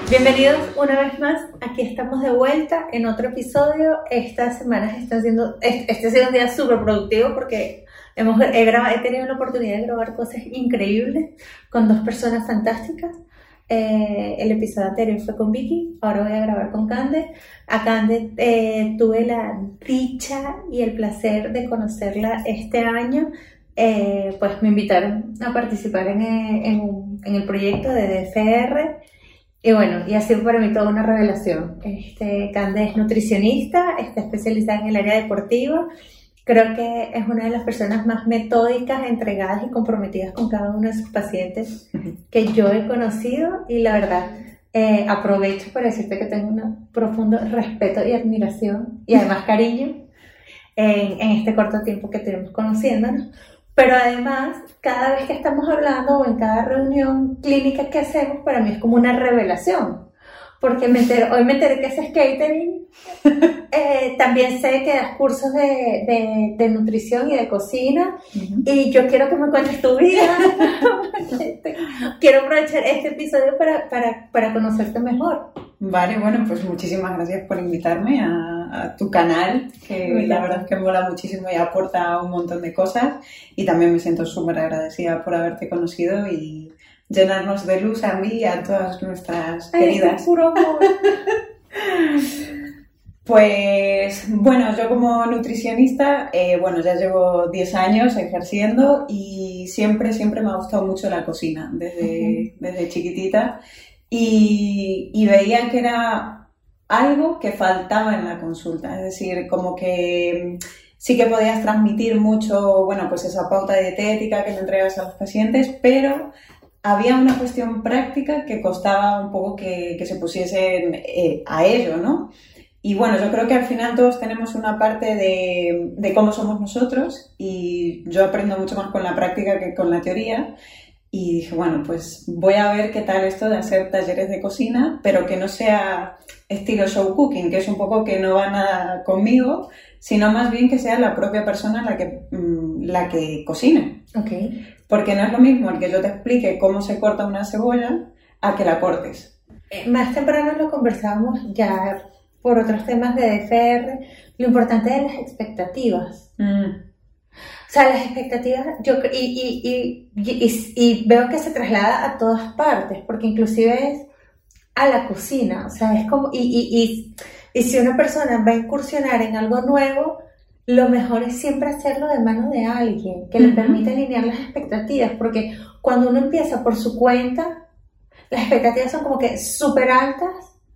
Bienvenidos una vez más, aquí estamos de vuelta en otro episodio. Estas semanas están siendo, este ha sido un día súper productivo porque he tenido la oportunidad de grabar cosas increíbles con dos personas fantásticas. El episodio anterior fue con Vicky, ahora voy a grabar con Cande. A Cande tuve la dicha y el placer de conocerla este año. Pues me invitaron a participar en el proyecto de DFR. Y bueno, y ha sido para mí toda una revelación. Cande es nutricionista, está especializada en el área deportiva. Creo que es una de las personas más metódicas, entregadas y comprometidas con cada uno de sus pacientes que yo he conocido. Y la verdad, aprovecho para decirte que tengo un profundo respeto y admiración y además cariño en este corto tiempo que tenemos conociéndonos. Pero además, cada vez que estamos hablando o en cada reunión clínica que hacemos, para mí es como una revelación. Porque hoy me enteré que haces catering, también sé que das cursos de nutrición y de cocina, y yo quiero que me cuentes tu vida. Quiero aprovechar este episodio para conocerte mejor. Vale, bueno, pues muchísimas gracias por invitarme a tu canal, que la verdad es que mola muchísimo y aporta un montón de cosas, y también me siento súper agradecida por haberte conocido y llenarnos de luz a mí y a todas nuestras queridas. Puro amor. Pues bueno, yo como nutricionista, ya llevo 10 años ejerciendo y siempre me ha gustado mucho la cocina, desde chiquitita, y veía que era algo que faltaba en la consulta, es decir, como que sí que podías transmitir mucho, pues esa pauta dietética que le entregas a los pacientes, pero había una cuestión práctica que costaba un poco que se pusiesen a ello, ¿no? Y bueno, yo creo que al final todos tenemos una parte de cómo somos nosotros, y yo aprendo mucho más con la práctica que con la teoría, y dije, bueno, pues voy a ver qué tal esto de hacer talleres de cocina, pero que no sea estilo show cooking, que es un poco que no va nada conmigo, sino más bien que sea la propia persona la que cocine. Okay. Porque no es lo mismo el que yo te explique cómo se corta una cebolla a que la cortes. Más temprano lo conversábamos ya por otros temas de DFR, lo importante de las expectativas. O sea, las expectativas, y veo que se traslada a todas partes, porque inclusive es a la cocina, o sea, es como, y si una persona va a incursionar en algo nuevo, lo mejor es siempre hacerlo de mano de alguien que le permita alinear las expectativas, porque cuando uno empieza por su cuenta, las expectativas son como que súper altas,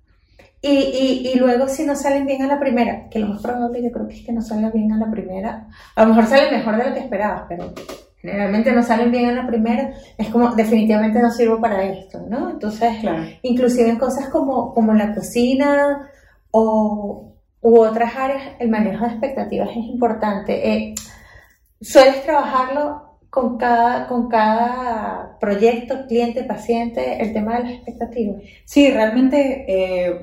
y luego si no salen bien a la primera, que lo más probable yo creo que es que no salga bien a la primera, a lo mejor sale mejor de lo que esperabas, pero generalmente no salen bien a la primera, es como definitivamente no sirvo para esto, ¿no? Entonces, claro, inclusive en cosas como la cocina u otras áreas, el manejo de expectativas es importante. ¿Sueles trabajarlo con cada proyecto, cliente, paciente, el tema de las expectativas? Sí, realmente,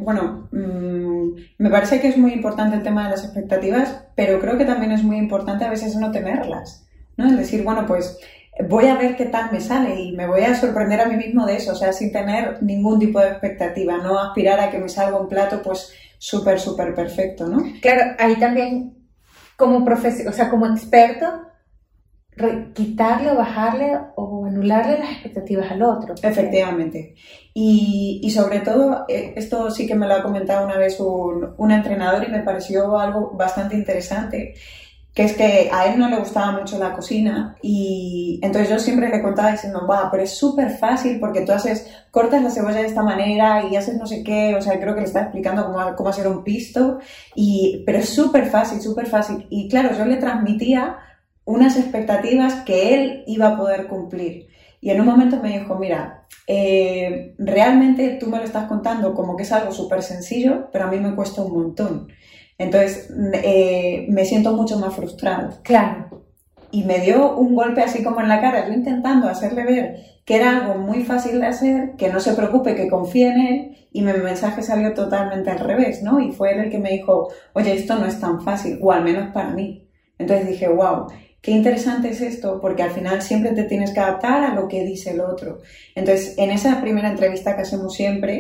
me parece que es muy importante el tema de las expectativas, pero creo que también es muy importante a veces no tenerlas, ¿no? Es decir, pues voy a ver qué tal me sale y me voy a sorprender a mí mismo de eso, o sea, sin tener ningún tipo de expectativa, no aspirar a que me salga un plato pues súper perfecto, ¿no? Claro, ahí también como como experto, quitarle o bajarle o anularle las expectativas al otro. Efectivamente. Y sobre todo, esto sí que me lo ha comentado una vez un entrenador y me pareció algo bastante interesante, que es que a él no le gustaba mucho la cocina, y entonces yo siempre le contaba diciendo, pero es súper fácil porque tú cortas la cebolla de esta manera y haces no sé qué, o sea, creo que le estaba explicando cómo hacer un pisto, pero es súper fácil. Y claro, yo le transmitía unas expectativas que él iba a poder cumplir. Y en un momento me dijo, mira, realmente tú me lo estás contando como que es algo súper sencillo, pero a mí me cuesta un montón. Entonces me siento mucho más frustrado. Claro. Y me dio un golpe así como en la cara, yo intentando hacerle ver que era algo muy fácil de hacer, que no se preocupe, que confíe en él, y mi mensaje salió totalmente al revés, ¿no? Y fue él el que me dijo, oye, esto no es tan fácil, o al menos para mí. Entonces dije, wow, qué interesante es esto, porque al final siempre te tienes que adaptar a lo que dice el otro. Entonces, en esa primera entrevista que hacemos siempre,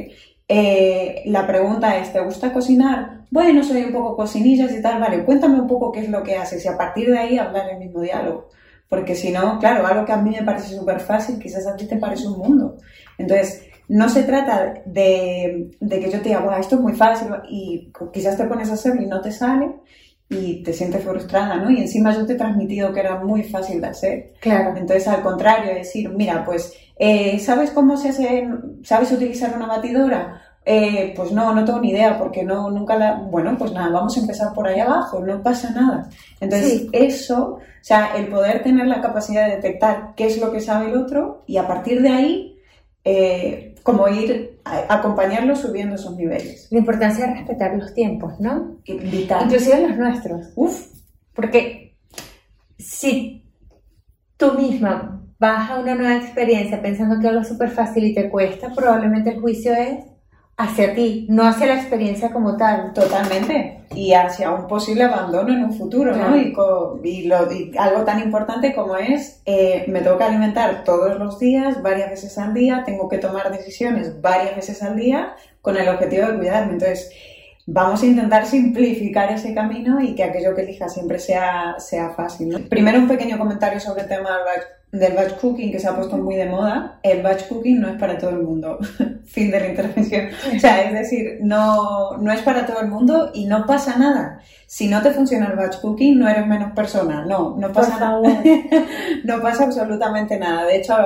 la pregunta es, ¿te gusta cocinar? Bueno, soy un poco cocinillas y tal, vale, cuéntame un poco qué es lo que haces y a partir de ahí hablar el mismo diálogo. Porque si no, claro, algo que a mí me parece súper fácil, quizás a ti te parece un mundo. Entonces, no se trata de que yo te diga, esto es muy fácil y quizás te pones a hacerlo y no te sale y te sientes frustrada, ¿no? Y encima yo te he transmitido que era muy fácil de hacer. Claro. Entonces, al contrario, decir, mira, pues, ¿sabes cómo se hace? ¿Sabes utilizar una batidora? Pues no tengo ni idea porque nunca la... Bueno, pues nada, vamos a empezar por ahí abajo, no pasa nada. Entonces, sí. Eso, o sea, el poder tener la capacidad de detectar qué es lo que sabe el otro y a partir de ahí, como ir a acompañarlo subiendo esos niveles. La importancia de respetar los tiempos, ¿no? Vital. Inclusive los nuestros. Porque si tú misma vas a una nueva experiencia pensando que algo es súper fácil y te cuesta, probablemente el juicio es hacia ti, no hacia la experiencia como tal. Totalmente. Y hacia un posible abandono en un futuro, claro. ¿No? Y algo tan importante como es, me tengo que alimentar todos los días, varias veces al día, tengo que tomar decisiones varias veces al día con el objetivo de cuidarme. Entonces, vamos a intentar simplificar ese camino y que aquello que elija siempre sea fácil, ¿no? Primero, un pequeño comentario sobre el tema del batch cooking, que se ha puesto muy de moda. El batch cooking no es para todo el mundo. Fin de la intervención. O sea, es decir, no es para todo el mundo y no pasa nada. Si no te funciona el batch cooking, no eres menos persona. No pasa nada. No pasa absolutamente nada. De hecho,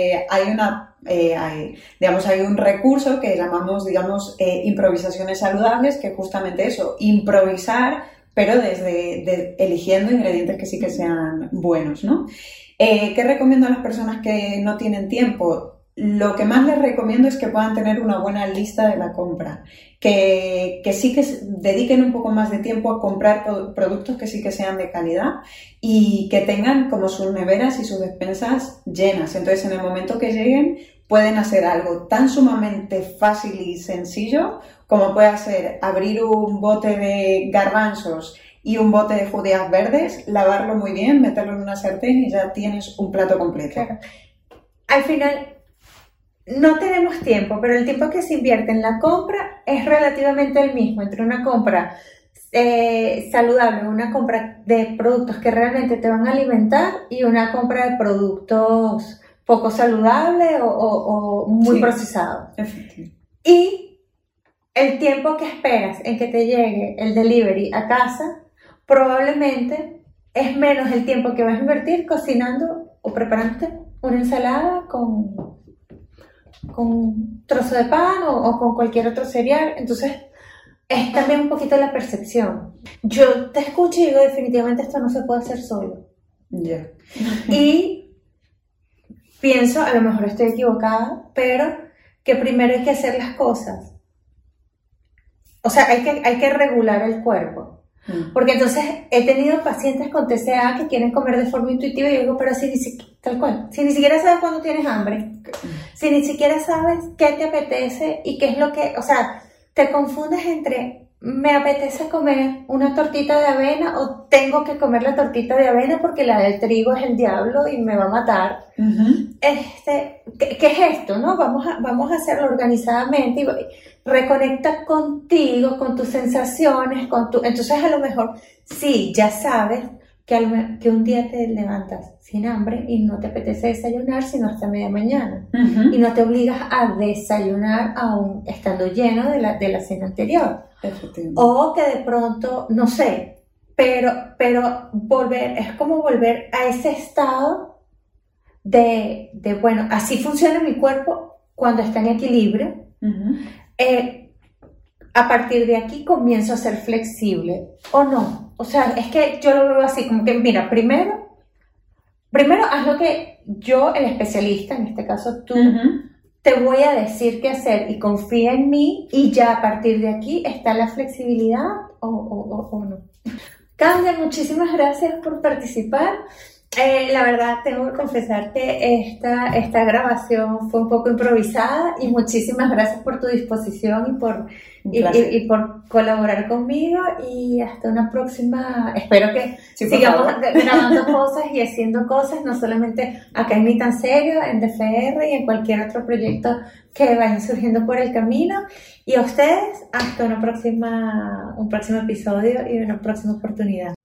hay un recurso que llamamos, improvisaciones saludables, que es justamente eso, improvisar, pero eligiendo ingredientes que sí que sean buenos, ¿no? ¿Qué recomiendo a las personas que no tienen tiempo? Lo que más les recomiendo es que puedan tener una buena lista de la compra, que sí que dediquen un poco más de tiempo a comprar productos que sí que sean de calidad y que tengan como sus neveras y sus despensas llenas. Entonces, en el momento que lleguen, pueden hacer algo tan sumamente fácil y sencillo como puede ser abrir un bote de garbanzos y un bote de judías verdes, lavarlo muy bien, meterlo en una sartén y ya tienes un plato completo. Claro. Al final, no tenemos tiempo, pero el tiempo que se invierte en la compra es relativamente el mismo entre una compra saludable, una compra de productos que realmente te van a alimentar y una compra de productos poco saludables o muy procesados. Y el tiempo que esperas en que te llegue el delivery a casa probablemente es menos el tiempo que vas a invertir cocinando o preparándote una ensalada con un trozo de pan o con cualquier otro cereal. Entonces es también un poquito la percepción. Yo te escucho y digo, definitivamente esto no se puede hacer solo. Yeah. Y pienso, a lo mejor estoy equivocada, pero que primero hay que hacer las cosas. O sea, hay que regular el cuerpo. Porque entonces he tenido pacientes con TCA que quieren comer de forma intuitiva y yo digo, pero si ni siquiera sabes cuándo tienes hambre, si ni siquiera sabes qué te apetece y qué es lo que, o sea, te confundes entre me apetece comer una tortita de avena o tengo que comer la tortita de avena porque la del trigo es el diablo y me va a matar. Uh-huh. ¿Qué es esto? ¿No? Vamos a hacerlo organizadamente y reconecta contigo, con tus sensaciones, entonces a lo mejor sí, ya sabes que un día te levantas sin hambre y no te apetece desayunar sino hasta media mañana. Uh-huh. Y no te obligas a desayunar aún estando lleno de la cena anterior. O que de pronto, no sé, pero es como volver a ese estado de bueno, así funciona mi cuerpo cuando está en equilibrio. Uh-huh. A partir de aquí comienzo a ser flexible o no. O sea, es que yo lo veo así, como que mira, primero haz lo que yo, el especialista, en este caso tú, uh-huh, te voy a decir qué hacer y confía en mí y ya a partir de aquí está la flexibilidad o no. Candia, muchísimas gracias por participar. La verdad, tengo que confesar que esta grabación fue un poco improvisada y muchísimas gracias por tu disposición y por colaborar conmigo y hasta una próxima. Espero que Sí, por sigamos favor. grabando cosas y haciendo cosas, no solamente acá en Ni Tan Serio, en DFR y en cualquier otro proyecto que vayan surgiendo por el camino. Y a ustedes, hasta un próximo episodio y una próxima oportunidad.